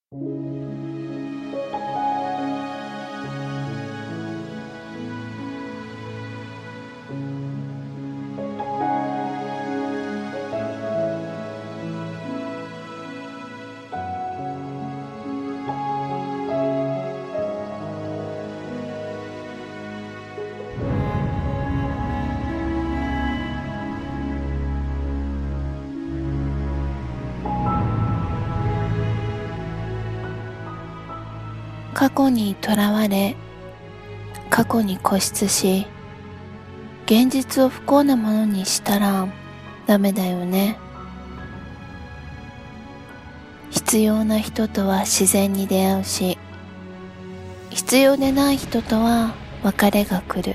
過去にとらわれ、過去に固執し、現実を不幸なものにしたらダメだよね。必要な人とは自然に出会うし、必要でない人とは別れが来る。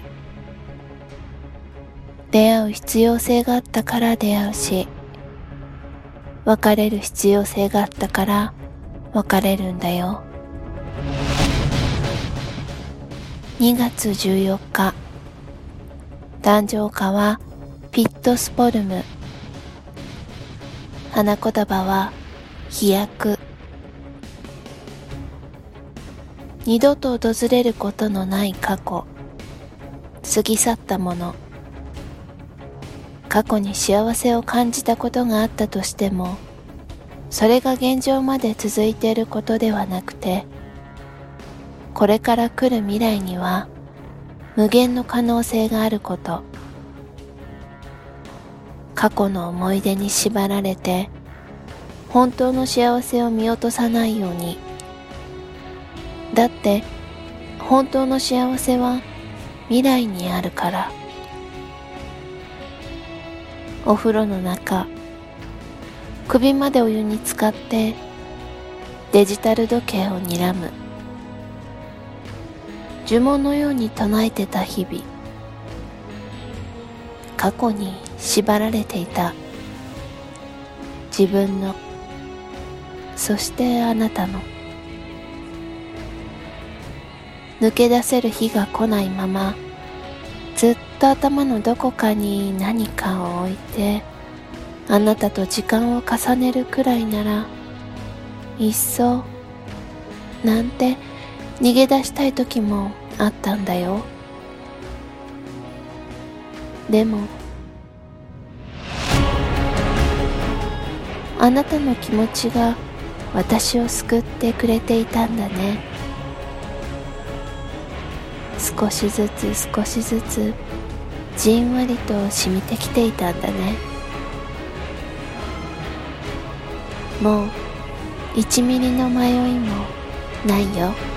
出会う必要性があったから出会うし、別れる必要性があったから別れるんだよ。2月14日、誕生花はピットスポルム。花言葉は飛躍。二度と訪れることのない過去、過ぎ去ったもの。過去に幸せを感じたことがあったとしても、それが現状まで続いていることではなくて、これから来る未来には無限の可能性があること。過去の思い出に縛られて本当の幸せを見落とさないように。だって本当の幸せは未来にあるから。お風呂の中、首までお湯に浸かってデジタル時計を睨む。呪文のように唱えてた日々。過去に縛られていた自分の、そしてあなたの。抜け出せる日が来ないまま、ずっと頭のどこかに何かを置いて、あなたと時間を重ねるくらいなら、いっそ、なんて逃げ出したい時もあったんだよ。でも、あなたの気持ちが私を救ってくれていたんだね。少しずつ少しずつじんわりと染みてきていたんだね。もう1ミリの迷いもないよ。